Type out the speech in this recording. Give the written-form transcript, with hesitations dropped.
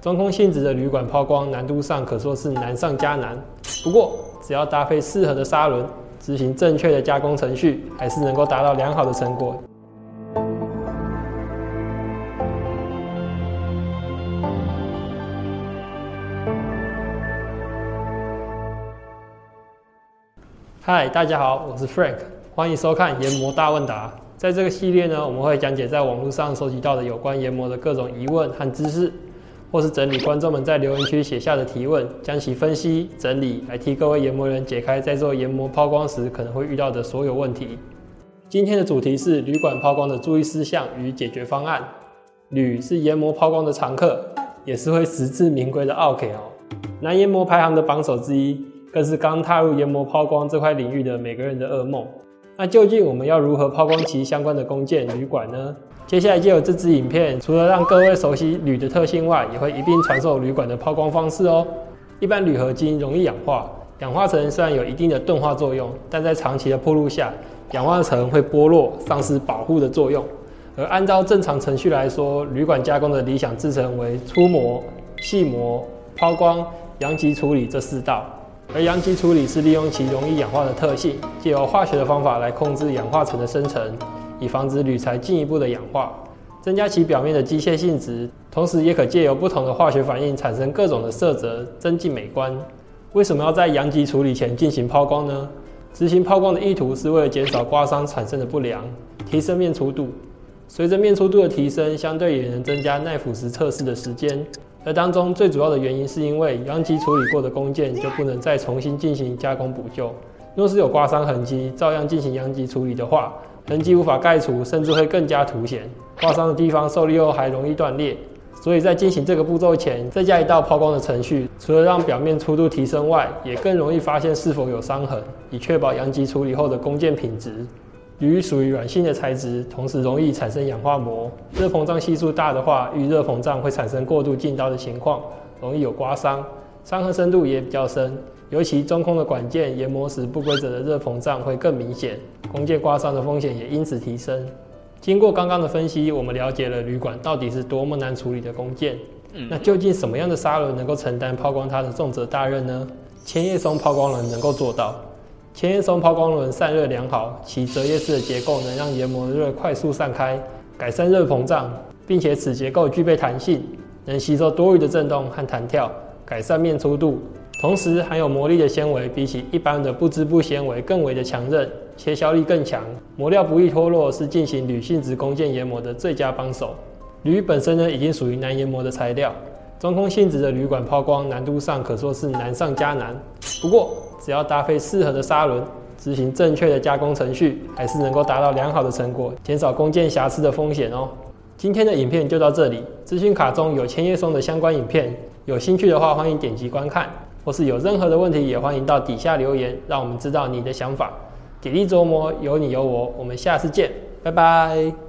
中空性质的铝管抛光难度上可说是难上加难。不过，只要搭配适合的砂轮，执行正确的加工程序，还是能够达到良好的成果。嗨，大家好，我是 Frank， 欢迎收看研磨大问答。在这个系列呢，我们会讲解在网络上收集到的有关研磨的各种疑问和知识，或是整理观众们在留言区写下的提问，将其分析整理，来替各位研磨人解开在做研磨抛光时可能会遇到的所有问题。今天的主题是铝管抛光的注意事项与解决方案。铝是研磨抛光的常客，也是会实至名归的奥 K 哦，男研磨排行的榜首之一，更是刚踏入研磨抛光这块领域的每个人的噩梦。那究竟我们要如何抛光其相关的工件铝管呢？接下来借由这支影片，除了让各位熟悉铝的特性外，也会一并传授铝管的抛光方式哦。一般铝合金容易氧化，氧化层虽然有一定的钝化作用，但在长期的暴露下，氧化层会剥落，丧失保护的作用。而按照正常程序来说，铝管加工的理想制程为粗磨、细磨、抛光、阳极处理这4道。而阳极处理是利用其容易氧化的特性，借由化学的方法来控制氧化层的生成，以防止铝材进一步的氧化，增加其表面的机械性质，同时也可借由不同的化学反应产生各种的色泽，增进美观。为什么要在阳极处理前进行抛光呢？执行抛光的意图是为了减少刮伤产生的不良，提升面粗度。随着面粗度的提升，相对也能增加耐腐蚀测试的时间。而当中最主要的原因是因为阳极处理过的工件就不能再重新进行加工补救。若是有刮伤痕迹，照样进行阳极处理的话，痕迹无法盖除，甚至会更加凸显。刮伤的地方受力后还容易断裂。所以在进行这个步骤前，再加一道抛光的程序，除了让表面粗度提升外，也更容易发现是否有伤痕，以确保阳极处理后的工件品质。铝属于软性的材质，同时容易产生氧化膜。热膨胀系数大的话，遇热膨胀会产生过度进刀的情况，容易有刮伤，伤痕深度也比较深。尤其中空的管件研磨时不规则的热膨胀会更明显，工件刮伤的风险也因此提升。经过刚刚的分析，我们了解了铝管到底是多么难处理的工件。那究竟什么样的砂轮能够承担抛光它的重责大任呢？千叶松抛光轮能够做到。千叶松抛光轮散热良好，其折页式的结构能让研磨热快速散开，改善热膨胀，并且此结构具备弹性，能吸收多余的振动和弹跳，改善面粗度。同时含有磨砺的纤维，比起一般的不织布纤维更为的强韧，切削力更强，磨料不易脱落，是进行铝性质工件研磨的最佳帮手。铝本身呢，已经属于难研磨的材料，中空性质的铝管抛光难度上可说是难上加难。不过，只要搭配适合的砂轮，执行正确的加工程序，还是能够达到良好的成果，减少工件瑕疵的风险哦。今天的影片就到这里，资讯卡中有千叶松的相关影片，有兴趣的话欢迎点击观看，或是有任何的问题也欢迎到底下留言，让我们知道你的想法。砥砺琢磨，有你有我，我们下次见，拜拜。